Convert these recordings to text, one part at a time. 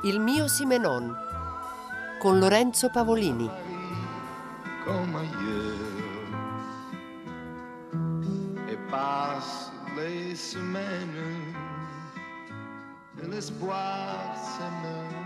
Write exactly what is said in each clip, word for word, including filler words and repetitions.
Il mio Simenon con Lorenzo Pavolini. Comme ailleurs, et passent les semaines, et l'espoir s'émeut.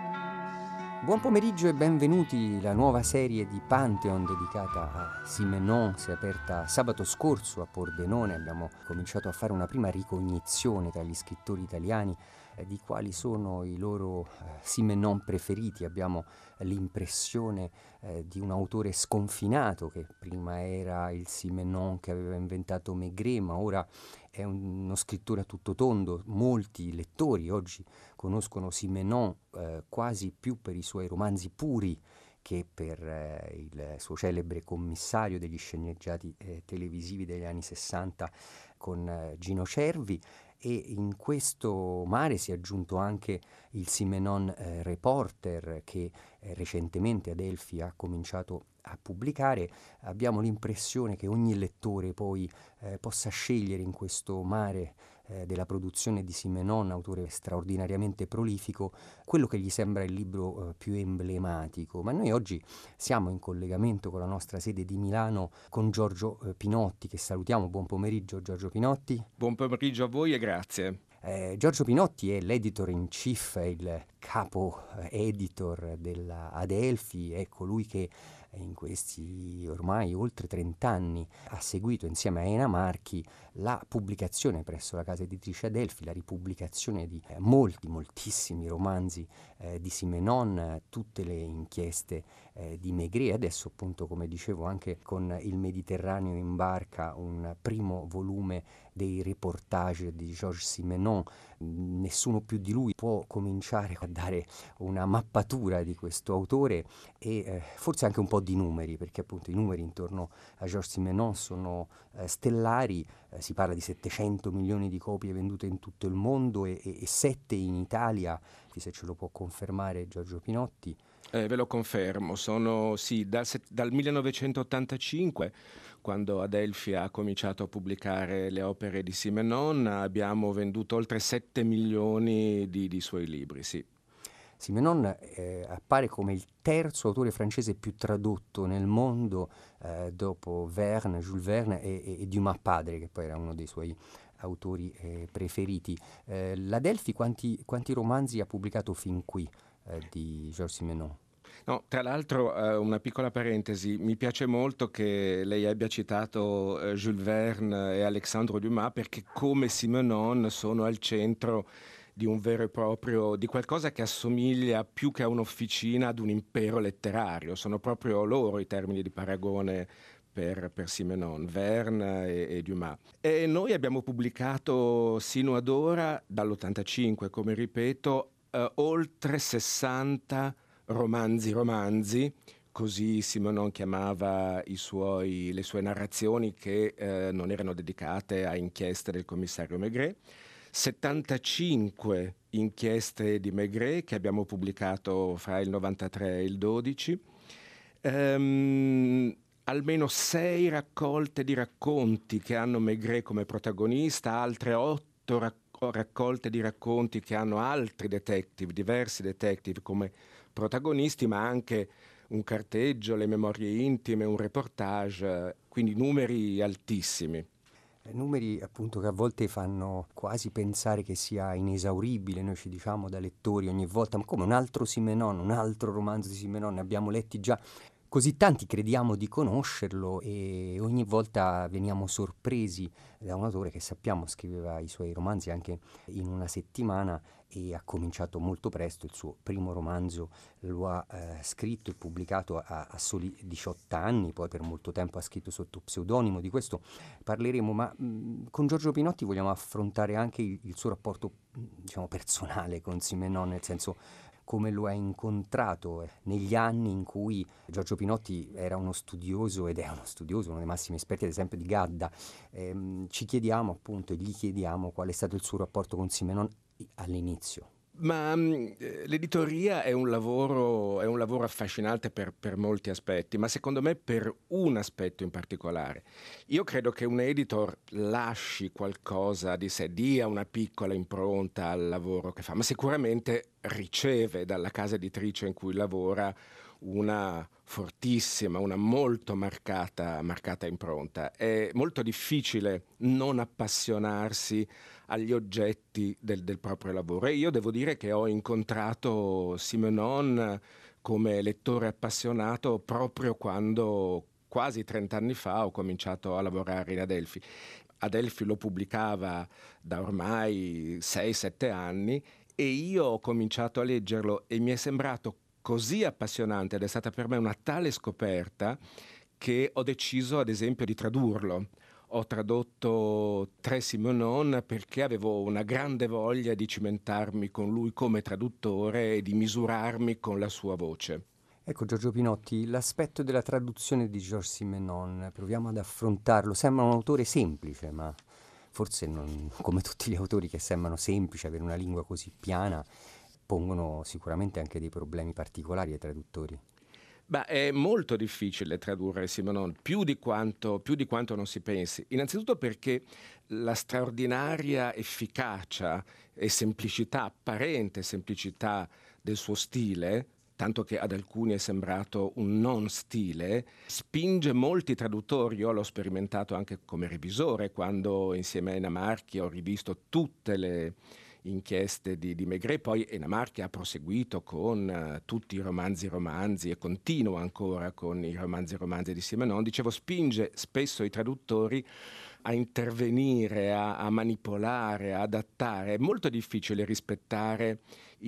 Buon pomeriggio e benvenuti. La nuova serie di Pantheon dedicata a Simenon si è aperta sabato scorso a Pordenone. Abbiamo cominciato a fare una prima ricognizione tra gli scrittori italiani eh, di quali sono i loro eh, Simenon preferiti. Abbiamo l'impressione eh, di un autore sconfinato, che prima era il Simenon che aveva inventato Maigret, ma ora è un, uno scrittore a tutto tondo. Molti lettori oggi conoscono Simenon eh, quasi più per i suoi romanzi puri che per eh, il suo celebre commissario degli sceneggiati eh, televisivi degli anni sessanta con eh, Gino Cervi. E in questo mare si è aggiunto anche il Simenon eh, Reporter che eh, recentemente Adelphi ha cominciato a pubblicare. Abbiamo l'impressione che ogni lettore poi eh, possa scegliere in questo mare eh, della produzione di Simenon, autore straordinariamente prolifico, quello che gli sembra il libro eh, più emblematico. Ma noi oggi siamo in collegamento con la nostra sede di Milano con Giorgio eh, Pinotti, che salutiamo. Buon pomeriggio Giorgio Pinotti. Buon pomeriggio a voi e grazie. Eh, Giorgio Pinotti è l'editor in chief, è il capo eh, editor della Adelphi, è colui che in questi ormai oltre trent'anni ha seguito insieme a Ena Marchi la pubblicazione presso la casa editrice Adelphi, la ripubblicazione di eh, molti, moltissimi romanzi eh, di Simenon, eh, tutte le inchieste eh, di Maigret. Adesso appunto, come dicevo, anche con Il Mediterraneo in barca, un primo volume dei reportage di Georges Simenon. Nessuno più di lui può cominciare a dare una mappatura di questo autore e eh, forse anche un po' di numeri, perché appunto i numeri intorno a Georges Simenon sono eh, stellari. Eh, si parla di settecento milioni di copie vendute in tutto il mondo e, e, e sette in Italia, se ce lo può confermare Giorgio Pinotti. Eh, ve lo confermo, sono sì, dal, dal millenovecentottantacinque, quando Adelphi ha cominciato a pubblicare le opere di Simenon, abbiamo venduto oltre sette milioni di, di suoi libri, sì. Simenon eh, appare come il terzo autore francese più tradotto nel mondo eh, dopo Verne, Jules Verne e, e, e Dumas padre, che poi era uno dei suoi autori eh, preferiti. Eh, L'Adelphi quanti, quanti romanzi ha pubblicato fin qui eh, di Georges Simenon? No, tra l'altro eh, una piccola parentesi, mi piace molto che lei abbia citato eh, Jules Verne e Alexandre Dumas, perché come Simenon sono al centro di un vero e proprio, di qualcosa che assomiglia più che a un'officina ad un impero letterario. Sono proprio loro i termini di paragone per, per Simenon, Verne e, e Dumas. E noi abbiamo pubblicato sino ad ora, dall'ottantacinque, come ripeto, eh, oltre sessanta romanzi romanzi, così Simenon chiamava i suoi, le sue narrazioni che eh, non erano dedicate a inchieste del commissario Maigret, settantacinque inchieste di Maigret che abbiamo pubblicato fra il novantatré e il dodici, ehm, almeno sei raccolte di racconti che hanno Maigret come protagonista, altre otto raccolte raccolte di racconti che hanno altri detective, diversi detective come protagonisti, ma anche un carteggio, le memorie intime, un reportage, quindi numeri altissimi. Numeri appunto che a volte fanno quasi pensare che sia inesauribile. Noi ci diciamo da lettori ogni volta: ma come, un altro Simenon, un altro romanzo di Simenon, ne abbiamo letti già così tanti, crediamo di conoscerlo e ogni volta veniamo sorpresi da un autore che sappiamo scriveva i suoi romanzi anche in una settimana e ha cominciato molto presto. Il suo primo romanzo lo ha eh, scritto e pubblicato a, a soli diciotto anni, poi per molto tempo ha scritto sotto pseudonimo. Di questo parleremo, ma mh, con Giorgio Pinotti vogliamo affrontare anche il, il suo rapporto, diciamo, personale con Simenon, nel senso come lo ha incontrato eh, negli anni in cui Giorgio Pinotti era uno studioso ed è uno studioso, uno dei massimi esperti ad esempio di Gadda. Ehm, ci chiediamo appunto e gli chiediamo qual è stato il suo rapporto con Simenon all'inizio. Ma mh, l'editoria è un lavoro, è un lavoro affascinante per, per molti aspetti, ma secondo me per un aspetto in particolare. Io credo che un editor lasci qualcosa di sé, dia una piccola impronta al lavoro che fa, ma sicuramente riceve dalla casa editrice in cui lavora una fortissima, una molto marcata, marcata impronta. È molto difficile non appassionarsi agli oggetti del, del proprio lavoro, e io devo dire che ho incontrato Simenon come lettore appassionato proprio quando quasi trent'anni fa ho cominciato a lavorare in Adelphi. Adelphi lo pubblicava da ormai sei sette anni e io ho cominciato a leggerlo e mi è sembrato così appassionante ed è stata per me una tale scoperta che ho deciso ad esempio di tradurlo. Ho tradotto tre Simenon perché avevo una grande voglia di cimentarmi con lui come traduttore e di misurarmi con la sua voce. Ecco Giorgio Pinotti, l'aspetto della traduzione di Georges Simenon, proviamo ad affrontarlo. Sembra un autore semplice, ma forse non, come tutti gli autori che sembrano semplici, avere una lingua così piana, pongono sicuramente anche dei problemi particolari ai traduttori. Beh, è molto difficile tradurre Simenon, più di quanto, più di quanto non si pensi. Innanzitutto perché la straordinaria efficacia e semplicità, apparente semplicità del suo stile, tanto che ad alcuni è sembrato un non stile, spinge molti traduttori. Io l'ho sperimentato anche come revisore, quando insieme a Ena Marchi ho rivisto tutte le inchieste di, di Maigret. Poi Ena Marchi ha proseguito con uh, tutti i romanzi romanzi e continua ancora con i romanzi romanzi di Simenon. Dicevo, spinge spesso i traduttori a intervenire, a, a manipolare, a adattare. È molto difficile rispettare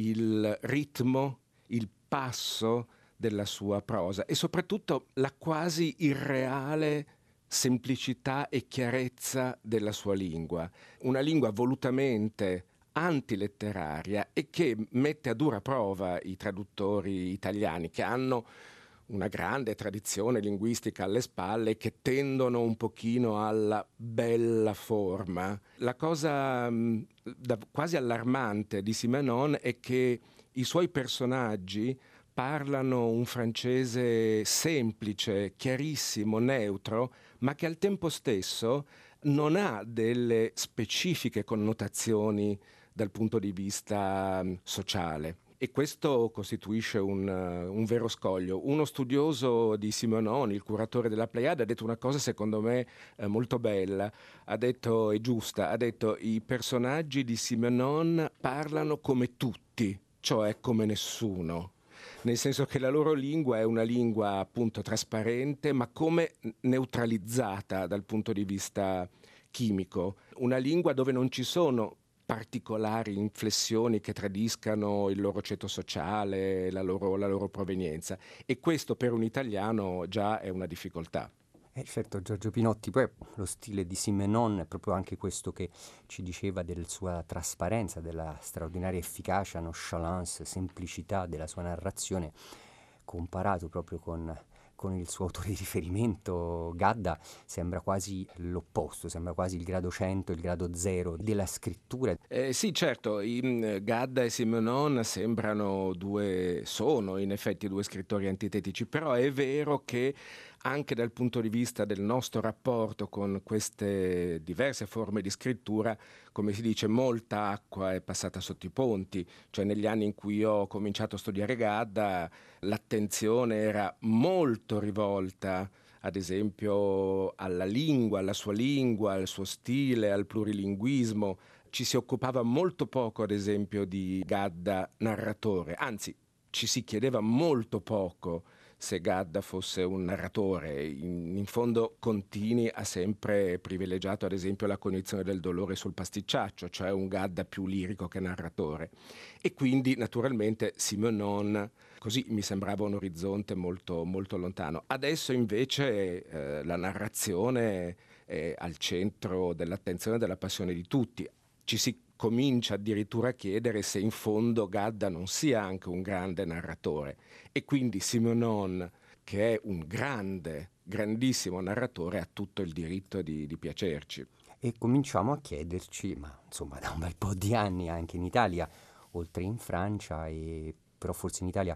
il ritmo, il passo della sua prosa e soprattutto la quasi irreale semplicità e chiarezza della sua lingua. Una lingua volutamente antiletteraria e che mette a dura prova i traduttori italiani, che hanno una grande tradizione linguistica alle spalle, che tendono un pochino alla bella forma. La cosa mh, da, quasi allarmante di Simenon è che i suoi personaggi parlano un francese semplice, chiarissimo, neutro, ma che al tempo stesso non ha delle specifiche connotazioni dal punto di vista sociale. E questo costituisce un, un vero scoglio. Uno studioso di Simenon, il curatore della Pleiade, ha detto una cosa secondo me eh, molto bella, ha detto, è giusta, ha detto: i personaggi di Simenon parlano come tutti, cioè come nessuno. Nel senso che la loro lingua è una lingua appunto trasparente, ma come neutralizzata dal punto di vista chimico. Una lingua dove non ci sono particolari inflessioni che tradiscano il loro ceto sociale, la loro, la loro provenienza. E questo per un italiano già è una difficoltà. Eh certo, Giorgio Pinotti, poi lo stile di Simenon è proprio anche questo che ci diceva della sua trasparenza, della straordinaria efficacia, nonchalance, semplicità della sua narrazione, comparato proprio con, con il suo autore di riferimento, Gadda, sembra quasi l'opposto, sembra quasi il grado cento, il grado zero della scrittura. Eh, sì, certo, in Gadda e Simenon sembrano due, sono in effetti due scrittori antitetici, però è vero che anche dal punto di vista del nostro rapporto con queste diverse forme di scrittura, come si dice, molta acqua è passata sotto i ponti. Cioè, negli anni in cui ho cominciato a studiare Gadda, l'attenzione era molto rivolta, ad esempio, alla lingua, alla sua lingua, al suo stile, al plurilinguismo. Ci si occupava molto poco, ad esempio, di Gadda narratore, anzi, ci si chiedeva molto poco se Gadda fosse un narratore. In, in fondo Contini ha sempre privilegiato ad esempio la cognizione del dolore sul pasticciaccio, cioè un Gadda più lirico che narratore. E quindi naturalmente Simenon così mi sembrava un orizzonte molto, molto lontano. Adesso invece eh, la narrazione è al centro dell'attenzione e della passione di tutti. Ci si comincia addirittura a chiedere se in fondo Gadda non sia anche un grande narratore, e quindi Simenon, che è un grande, grandissimo narratore, ha tutto il diritto di, di piacerci. E cominciamo a chiederci, ma insomma da un bel po' di anni anche in Italia, oltre in Francia, e però forse in Italia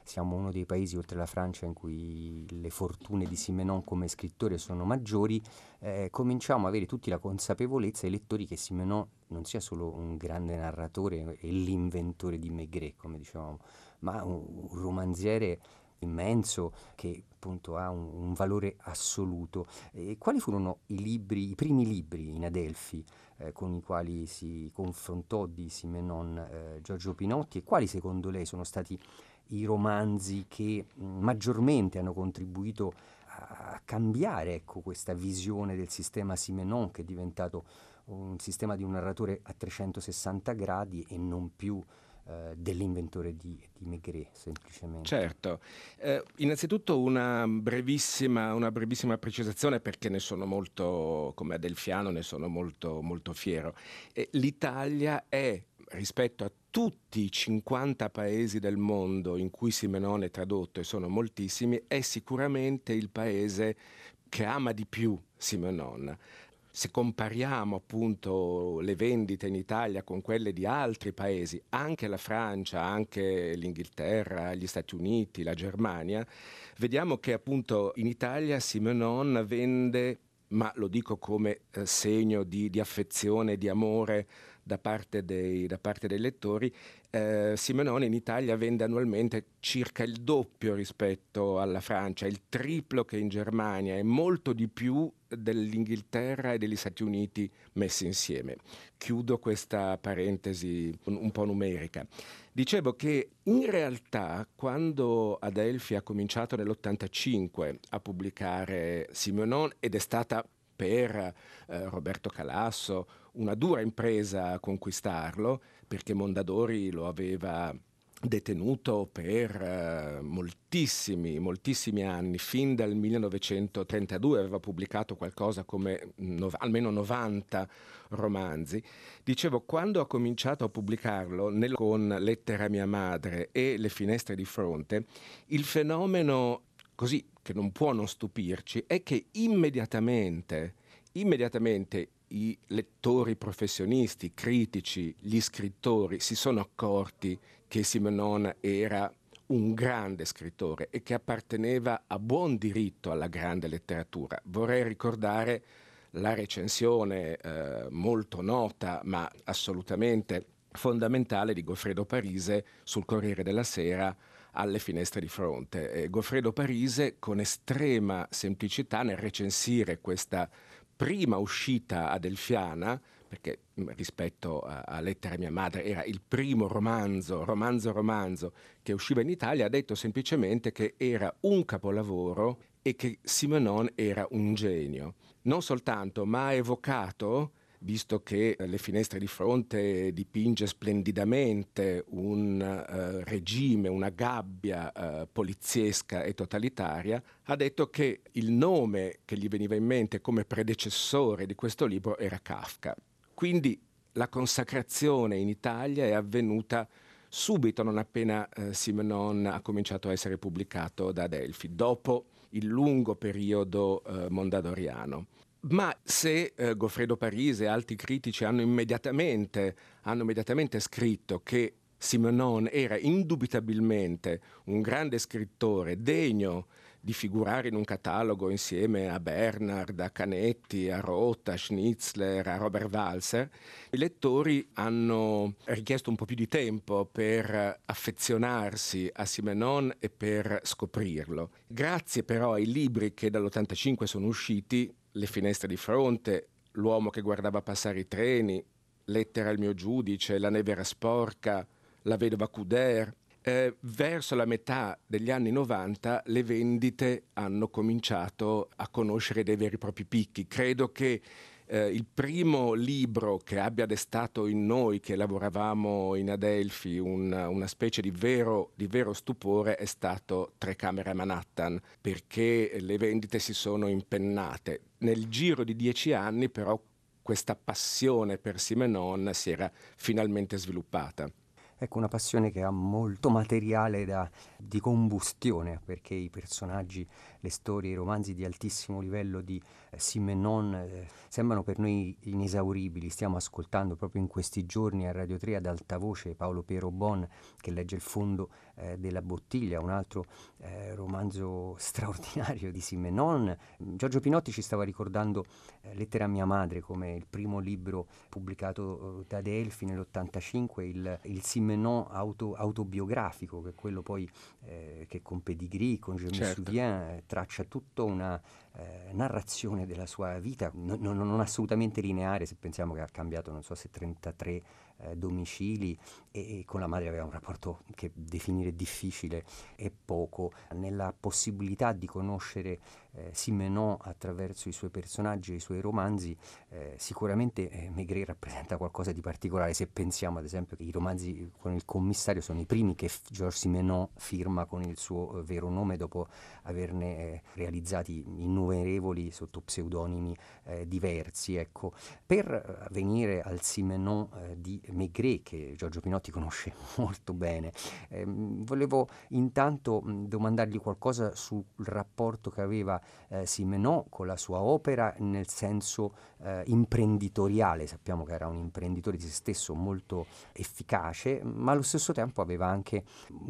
siamo uno dei paesi oltre la Francia in cui le fortune di Simenon come scrittore sono maggiori, eh, cominciamo a avere tutti la consapevolezza, i lettori, che Simenon non sia solo un grande narratore e l'inventore di Maigret, come dicevamo, ma un, un romanziere immenso che appunto ha un, un valore assoluto. E quali furono i libri, i primi libri in Adelphi eh, con i quali si confrontò di Simenon eh, Giorgio Pinotti, e quali secondo lei sono stati i romanzi che mh, maggiormente hanno contribuito a, a cambiare, ecco, questa visione del sistema Simenon, che è diventato un sistema di un narratore a trecentosessanta gradi e non più eh, dell'inventore di, di Maigret, semplicemente? Certo. Eh, innanzitutto una brevissima, una brevissima precisazione, perché ne sono molto, come adelfiano, ne sono molto, molto fiero. Eh, L'Italia è, rispetto a tutti i cinquanta paesi del mondo in cui Simenon è tradotto, e sono moltissimi, è sicuramente il paese che ama di più Simenon. Se compariamo appunto le vendite in Italia con quelle di altri paesi, anche la Francia, anche l'Inghilterra, gli Stati Uniti, la Germania, vediamo che appunto in Italia Simenon vende, ma lo dico come eh, segno di, di affezione, di amore da parte dei, da parte dei lettori, eh, Simenon in Italia vende annualmente circa il doppio rispetto alla Francia, il triplo che in Germania, e molto di più dell'Inghilterra e degli Stati Uniti messi insieme. Chiudo questa parentesi un, un po' numerica. Dicevo che in realtà quando Adelphi ha cominciato nell'ottantacinque a pubblicare Simenon, ed è stata per eh, Roberto Calasso una dura impresa conquistarlo, perché Mondadori lo aveva detenuto per eh, moltissimi, moltissimi anni, fin dal millenovecentotrentadue aveva pubblicato qualcosa come no, almeno novanta romanzi. Dicevo, quando ha cominciato a pubblicarlo nel, con Lettera a mia madre e Le finestre di fronte, il fenomeno, così, che non può non stupirci, è che immediatamente, immediatamente i lettori professionisti, critici, gli scrittori si sono accorti che Simenon era un grande scrittore e che apparteneva a buon diritto alla grande letteratura. Vorrei ricordare la recensione eh, molto nota, ma assolutamente fondamentale, di Goffredo Parise sul Corriere della Sera, alle finestre di fronte. E Goffredo Parise, con estrema semplicità nel recensire questa prima uscita adelfiana, perché rispetto a, a Lettera a mia madre era il primo romanzo, romanzo romanzo che usciva in Italia, ha detto semplicemente che era un capolavoro e che Simenon era un genio. Non soltanto, ma ha evocato, visto che Le finestre di fronte dipinge splendidamente un uh, regime, una gabbia uh, poliziesca e totalitaria, ha detto che il nome che gli veniva in mente come predecessore di questo libro era Kafka. Quindi la consacrazione in Italia è avvenuta subito, non appena uh, Simenon ha cominciato a essere pubblicato da Adelphi, dopo il lungo periodo uh, mondadoriano. Ma se eh, Goffredo Parise e altri critici hanno immediatamente, hanno immediatamente scritto che Simenon era indubitabilmente un grande scrittore, degno di figurare in un catalogo insieme a Bernard, a Canetti, a Roth, a Schnitzler, a Robert Walser, i lettori hanno richiesto un po' più di tempo per affezionarsi a Simenon e per scoprirlo. Grazie però ai libri che dall'ottantacinque sono usciti, Le finestre di fronte, L'uomo che guardava passare i treni, Lettera al mio giudice, La neve era sporca, La vedova Couder, eh, verso la metà degli anni novanta le vendite hanno cominciato a conoscere dei veri e propri picchi. Credo che eh, il primo libro che abbia destato in noi, che lavoravamo in Adelphi, una, una specie di vero, di vero stupore, è stato Tre camere a Manhattan, perché le vendite si sono impennate. Nel giro di dieci anni però questa passione per Simenon si era finalmente sviluppata. Ecco, una passione che ha molto materiale da, di combustione, perché i personaggi, le storie, i romanzi di altissimo livello di eh, Simenon eh, sembrano per noi inesauribili. Stiamo ascoltando proprio in questi giorni a Radio tre ad alta voce Paolo Piero Bon che legge Il fondo eh, della bottiglia, un altro eh, romanzo straordinario di Simenon. Giorgio Pinotti ci stava ricordando eh, Lettera a mia madre come il primo libro pubblicato eh, da Delphi nell'ottantacinque, il, il Simenon auto, autobiografico, che è quello poi eh, che con Pedigree, con Je me Certo. souviens, eh, traccia tutta una eh, narrazione della sua vita, no, no, non assolutamente lineare, se pensiamo che ha cambiato non so se trentatré eh, domicili e, e con la madre aveva un rapporto che definire difficile e poco. Nella possibilità di conoscere eh, Simenon attraverso i suoi personaggi e i suoi romanzi, eh, sicuramente eh, Maigret rappresenta qualcosa di particolare, se pensiamo ad esempio che i romanzi con il commissario sono i primi che f- Georges Simenon firma con il suo eh, vero nome dopo averne eh, realizzati innumerevoli sotto pseudonimi eh, diversi. Ecco, per eh, venire al Simenon eh, di Maigret, che Giorgio Pinotti conosce molto bene, ehm, volevo intanto mh, domandargli qualcosa sul rapporto che aveva eh, Simenon con la sua opera, nel senso eh, imprenditoriale. Sappiamo che era un imprenditore di se stesso molto efficace, ma allo stesso tempo aveva anche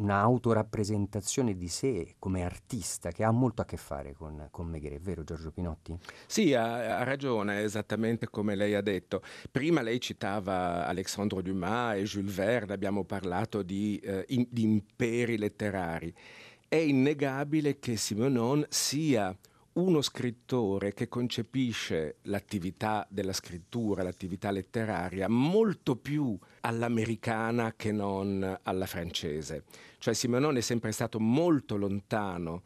un'autorappresentazione di sé come artista che ha molto a che fare con, con Maigret, vero Giorgio Pinotti? Sì, ha, ha ragione, esattamente come lei ha detto. Prima lei citava Alexandre Dumas e Jules Verne, abbiamo parlato di, eh, in, di imperi letterari. È innegabile che Simenon sia uno scrittore che concepisce l'attività della scrittura, l'attività letteraria, molto più all'americana che non alla francese. Cioè Simenon è sempre stato molto lontano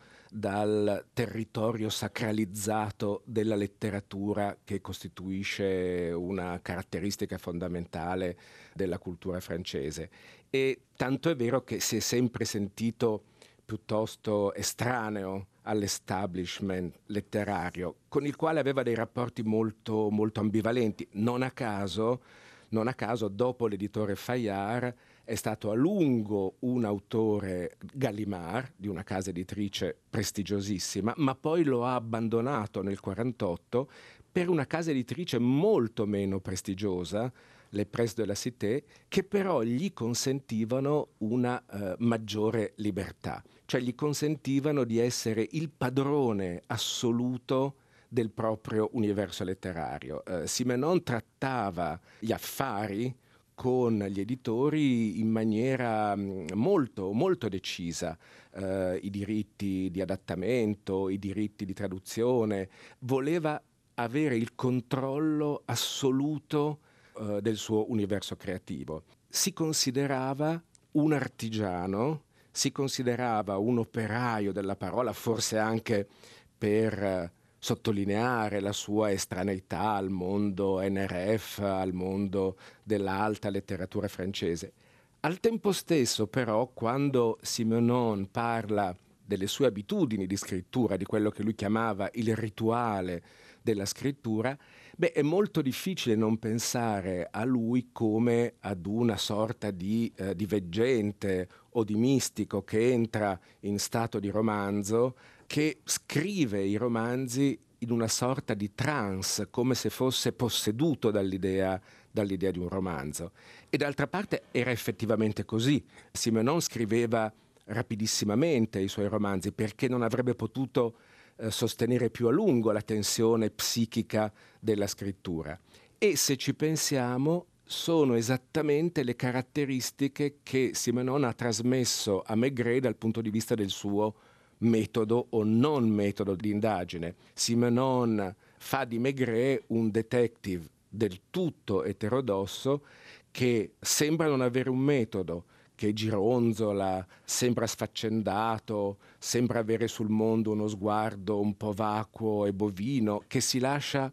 dal territorio sacralizzato della letteratura che costituisce una caratteristica fondamentale della cultura francese. E tanto è vero che si è sempre sentito piuttosto estraneo all'establishment letterario, con il quale aveva dei rapporti molto, molto ambivalenti. Non a caso, non a caso, dopo l'editore Fayard, è stato a lungo un autore Gallimard, di una casa editrice prestigiosissima, ma poi lo ha abbandonato nel quarantotto per una casa editrice molto meno prestigiosa, Les Presses de la Cité, che però gli consentivano una uh, maggiore libertà, cioè gli consentivano di essere il padrone assoluto del proprio universo letterario. Uh, Simenon trattava gli affari con gli editori in maniera molto, molto decisa, uh, i diritti di adattamento, i diritti di traduzione, voleva avere il controllo assoluto uh, del suo universo creativo. Si considerava un artigiano, si considerava un operaio della parola, forse anche per uh, sottolineare la sua estraneità al mondo N R F, al mondo dell'alta letteratura francese. Al tempo stesso, però, quando Simenon parla delle sue abitudini di scrittura, di quello che lui chiamava il rituale della scrittura, beh, è molto difficile non pensare a lui come ad una sorta di, eh, di veggente o di mistico che entra in stato di romanzo, che scrive i romanzi in una sorta di trance, come se fosse posseduto dall'idea, dall'idea di un romanzo. E d'altra parte era effettivamente così. Simenon scriveva rapidissimamente i suoi romanzi perché non avrebbe potuto eh, sostenere più a lungo la tensione psichica della scrittura. E se ci pensiamo, sono esattamente le caratteristiche che Simenon ha trasmesso a Maigret dal punto di vista del suo metodo o non metodo di indagine. Simenon fa di Maigret un detective del tutto eterodosso che sembra non avere un metodo, che gironzola, sembra sfaccendato, sembra avere sul mondo uno sguardo un po' vacuo e bovino, che si lascia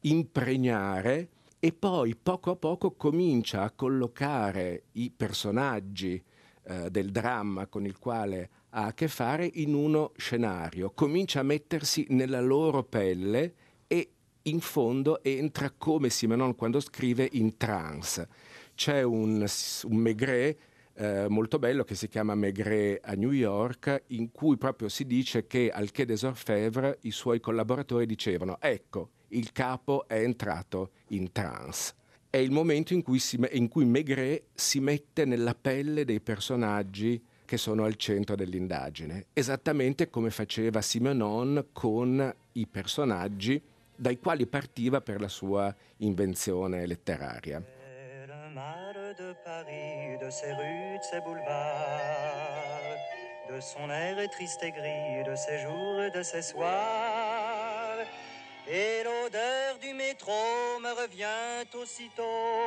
impregnare e poi poco a poco comincia a collocare i personaggi eh, del dramma con il quale ha a che fare in uno scenario, comincia a mettersi nella loro pelle e in fondo entra, come Simenon quando scrive, in trance. C'è un, un Maigret eh, molto bello che si chiama Maigret a New York, in cui proprio si dice che al Quai des Orfèvres i suoi collaboratori dicevano: ecco, il capo è entrato in trance. È il momento in cui, si, in cui Maigret si mette nella pelle dei personaggi che sono al centro dell'indagine, esattamente come faceva Simenon con i personaggi dai quali partiva per la sua invenzione letteraria. Le mal de Paris, de ses rues, de ses boulevards, de son air triste et gris, de ses jours et de ses soirs, et l'odeur du métro me revient aussitôt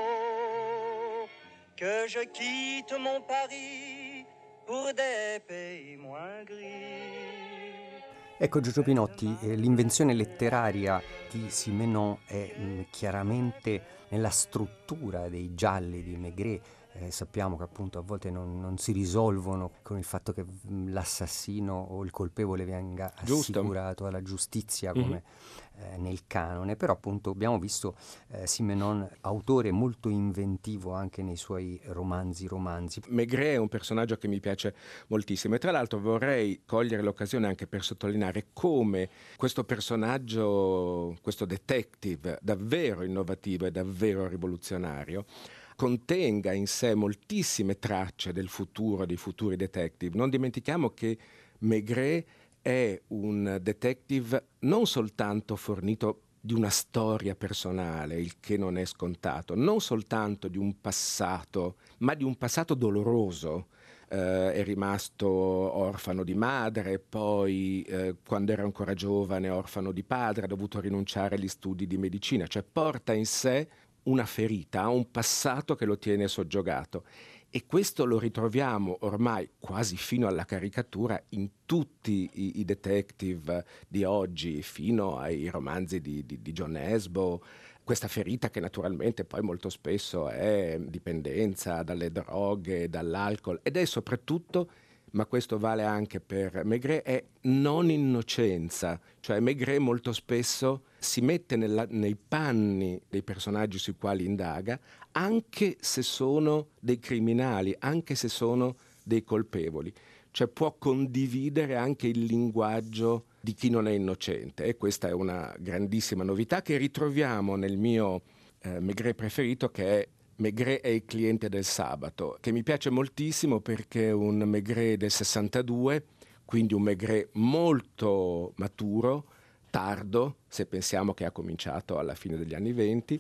que je quitte mon Paris pour des pays moins gris. Ecco Giorgio Pinotti, eh, l'invenzione letteraria di Simenon è mh, chiaramente nella struttura dei gialli di Maigret. Eh, sappiamo che appunto a volte non, non si risolvono con il fatto che mh, l'assassino o il colpevole venga Giusto. assicurato alla giustizia come mm-hmm. eh, nel canone, però appunto abbiamo visto eh, Simenon autore molto inventivo anche nei suoi romanzi romanzi. Maigret è un personaggio che mi piace moltissimo e tra l'altro vorrei cogliere l'occasione anche per sottolineare come questo personaggio, questo detective davvero innovativo e davvero rivoluzionario contenga in sé moltissime tracce del futuro, dei futuri detective. Non dimentichiamo che Maigret è un detective non soltanto fornito di una storia personale, il che non è scontato, non soltanto di un passato, ma di un passato doloroso. Eh, è rimasto orfano di madre, poi eh, quando era ancora giovane orfano di padre, ha dovuto rinunciare agli studi di medicina, cioè porta in sé una ferita, ha un passato che lo tiene soggiogato e questo lo ritroviamo ormai quasi fino alla caricatura in tutti i, i detective di oggi, fino ai romanzi di, di, di John Esbo. Questa ferita che naturalmente poi molto spesso è dipendenza dalle droghe, dall'alcol ed è soprattutto, ma questo vale anche per Maigret, è non innocenza. Cioè Maigret molto spesso si mette nella, nei panni dei personaggi sui quali indaga, anche se sono dei criminali, anche se sono dei colpevoli. Cioè può condividere anche il linguaggio di chi non è innocente e questa è una grandissima novità che ritroviamo nel mio eh, Maigret preferito, che è Maigret è il cliente del sabato, che mi piace moltissimo perché è un Maigret del sessantadue, quindi un Maigret molto maturo, tardo, se pensiamo che ha cominciato alla fine degli anni venti,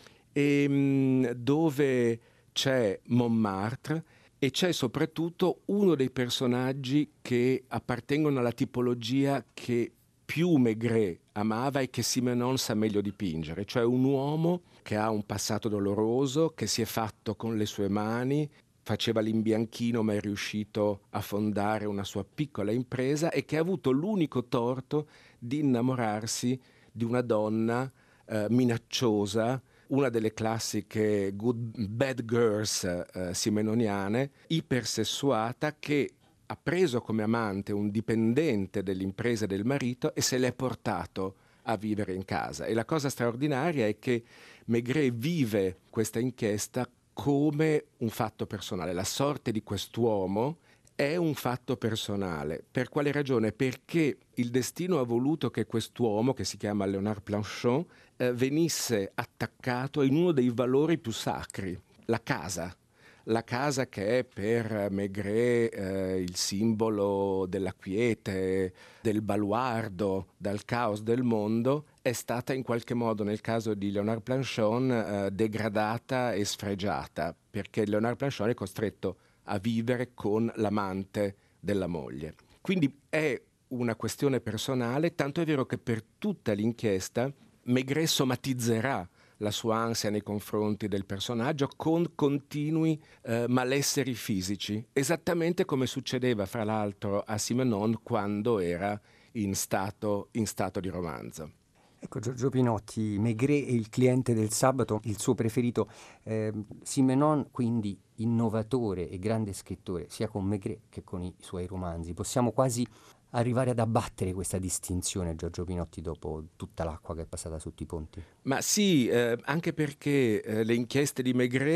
e, dove c'è Montmartre e c'è soprattutto uno dei personaggi che appartengono alla tipologia che più Maigret amava e che Simenon sa meglio dipingere, cioè un uomo che ha un passato doloroso, che si è fatto con le sue mani, faceva l'imbianchino ma è riuscito a fondare una sua piccola impresa e che ha avuto l'unico torto di innamorarsi di una donna eh, minacciosa, una delle classiche good, bad girls eh, simenoniane, ipersessuata, che ha preso come amante un dipendente dell'impresa del marito e se l'è portato a vivere in casa. E la cosa straordinaria è che Maigret vive questa inchiesta come un fatto personale. La sorte di quest'uomo è un fatto personale. Per quale ragione? Perché il destino ha voluto che quest'uomo, che si chiama Léonard Planchon, eh, venisse attaccato in uno dei valori più sacri, la casa. La casa che è per Maigret eh, il simbolo della quiete, del baluardo, dal caos del mondo, è stata in qualche modo, nel caso di Léonard Planchon, eh, degradata e sfregiata, perché Léonard Planchon è costretto a vivere con l'amante della moglie. Quindi è una questione personale, tanto è vero che per tutta l'inchiesta Maigret somatizzerà la sua ansia nei confronti del personaggio con continui eh, malesseri fisici, esattamente come succedeva fra l'altro a Simenon quando era in stato, in stato di romanzo. Ecco Giorgio Pinotti, Maigret è il cliente del sabato, il suo preferito. Eh, Simenon quindi innovatore e grande scrittore sia con Maigret che con i suoi romanzi. Possiamo quasi arrivare ad abbattere questa distinzione, Giorgio Pinotti, dopo tutta l'acqua che è passata sotto i ponti? Ma sì, eh, anche perché eh, le inchieste di Maigret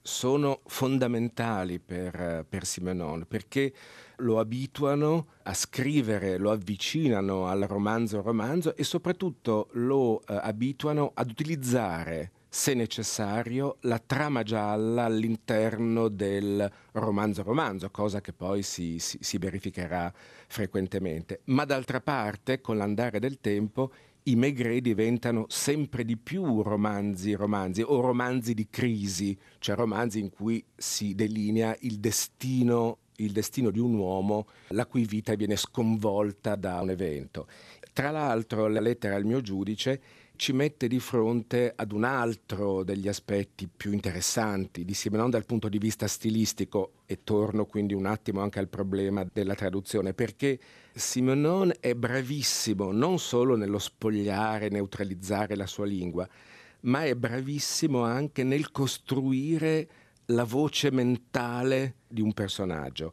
sono fondamentali per, per Simenon, perché lo abituano a scrivere, lo avvicinano al romanzo romanzo e soprattutto lo eh, abituano ad utilizzare, se necessario, la trama gialla all'interno del romanzo romanzo, cosa che poi si, si, si verificherà frequentemente. Ma d'altra parte, con l'andare del tempo, i Maigret diventano sempre di più romanzi romanzi o romanzi di crisi, cioè romanzi in cui si delinea il destino il destino di un uomo la cui vita viene sconvolta da un evento. Tra l'altro, la lettera al mio giudice ci mette di fronte ad un altro degli aspetti più interessanti di Simenon dal punto di vista stilistico, e torno quindi un attimo anche al problema della traduzione, perché Simenon è bravissimo non solo nello spogliare, neutralizzare la sua lingua, ma è bravissimo anche nel costruire la voce mentale di un personaggio.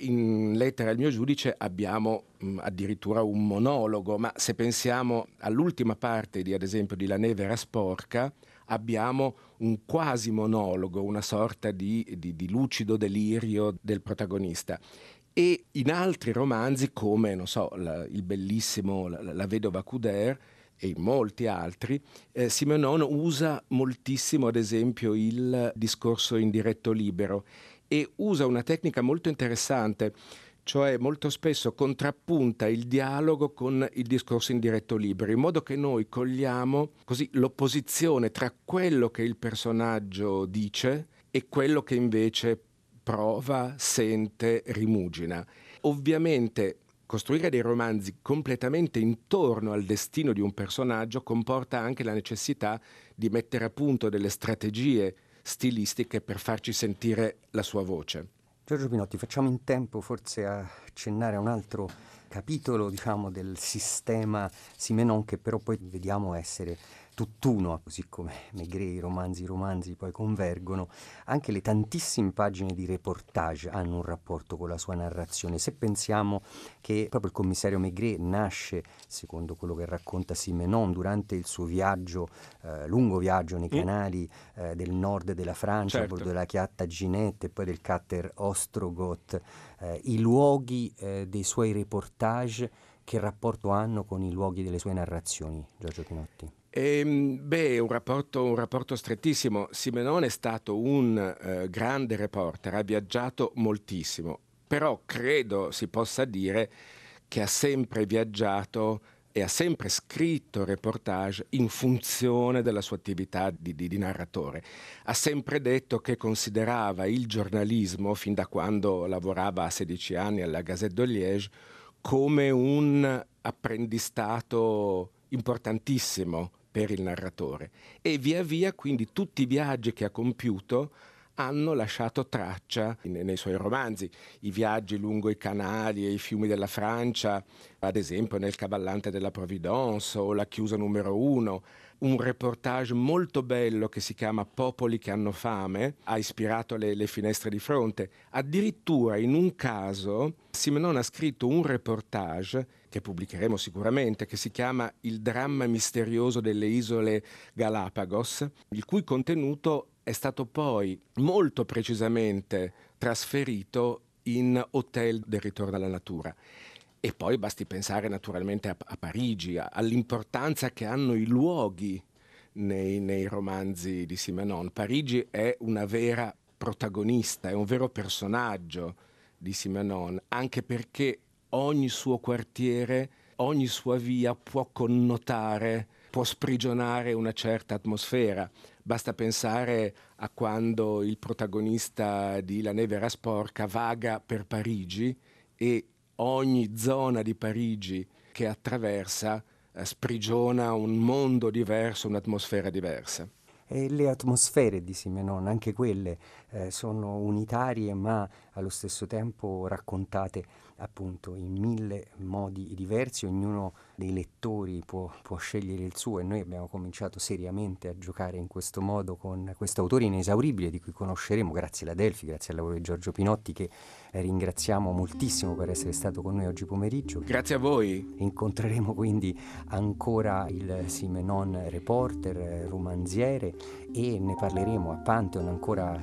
In Lettera al mio giudice abbiamo mh, addirittura un monologo, ma se pensiamo all'ultima parte di, ad esempio, di La neve era sporca, abbiamo un quasi monologo, una sorta di, di, di lucido delirio del protagonista. E in altri romanzi, come, non so, la, il bellissimo La, la vedova Couder, e in molti altri, eh, Simenon usa moltissimo, ad esempio, il discorso in diretto libero, e usa una tecnica molto interessante, cioè molto spesso contrappunta il dialogo con il discorso in diretto libero, in modo che noi cogliamo così l'opposizione tra quello che il personaggio dice e quello che invece prova, sente, rimugina. Ovviamente costruire dei romanzi completamente intorno al destino di un personaggio comporta anche la necessità di mettere a punto delle strategie stilistiche per farci sentire la sua voce. Giorgio Pinotti, facciamo in tempo forse a accennare a un altro capitolo, diciamo, del sistema Simenon, che però poi vediamo essere tutt'uno, così come Maigret, i romanzi, i romanzi poi convergono. Anche le tantissime pagine di reportage hanno un rapporto con la sua narrazione. Se pensiamo che proprio il commissario Maigret nasce, secondo quello che racconta Simenon, durante il suo viaggio, eh, lungo viaggio nei canali eh, del nord della Francia, Certo. a bordo della chiatta Ginette e poi del cutter Ostrogoth, eh, i luoghi eh, dei suoi reportage, che rapporto hanno con i luoghi delle sue narrazioni, Giorgio Pinotti? E, beh, un rapporto, un rapporto strettissimo. Simenon è stato un eh, grande reporter, ha viaggiato moltissimo, però credo si possa dire che ha sempre viaggiato e ha sempre scritto reportage in funzione della sua attività di, di, di narratore. Ha sempre detto che considerava il giornalismo, fin da quando lavorava a sedici anni alla Gazette de Liège, come un apprendistato importantissimo per il narratore, e via via quindi tutti i viaggi che ha compiuto hanno lasciato traccia nei suoi romanzi. I viaggi lungo i canali e i fiumi della Francia, ad esempio nel Cavallante della Providence o La chiusa numero uno, un reportage molto bello che si chiama Popoli che hanno fame, ha ispirato le, le finestre di fronte. Addirittura in un caso Simenon ha scritto un reportage che pubblicheremo sicuramente, che si chiama Il dramma misterioso delle isole Galapagos, il cui contenuto è stato poi molto precisamente trasferito in Hotel del ritorno alla natura. E poi basti pensare naturalmente a, a Parigi, a, all'importanza che hanno i luoghi nei, nei romanzi di Simenon. Parigi è una vera protagonista, è un vero personaggio di Simenon, anche perché ogni suo quartiere, ogni sua via può connotare, può sprigionare una certa atmosfera. Basta pensare a quando il protagonista di La neve era sporca vaga per Parigi e ogni zona di Parigi che attraversa eh, sprigiona un mondo diverso, un'atmosfera diversa. E le atmosfere di Simenon, anche quelle eh, sono unitarie ma allo stesso tempo raccontate appunto in mille modi diversi, ognuno dei lettori può, può scegliere il suo, e noi abbiamo cominciato seriamente a giocare in questo modo con questo autore inesauribile di cui conosceremo, grazie alla Delfi, grazie al lavoro di Giorgio Pinotti, che ringraziamo moltissimo per essere stato con noi oggi pomeriggio. Grazie a voi. Incontreremo quindi ancora il Simenon reporter, romanziere, e ne parleremo a Pantheon ancora sabato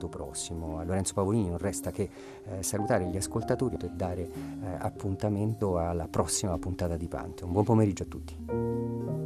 sabato prossimo. A Lorenzo Pavolini non resta che eh, salutare gli ascoltatori e dare eh, appuntamento alla prossima puntata di Pantheon. Buon pomeriggio a tutti.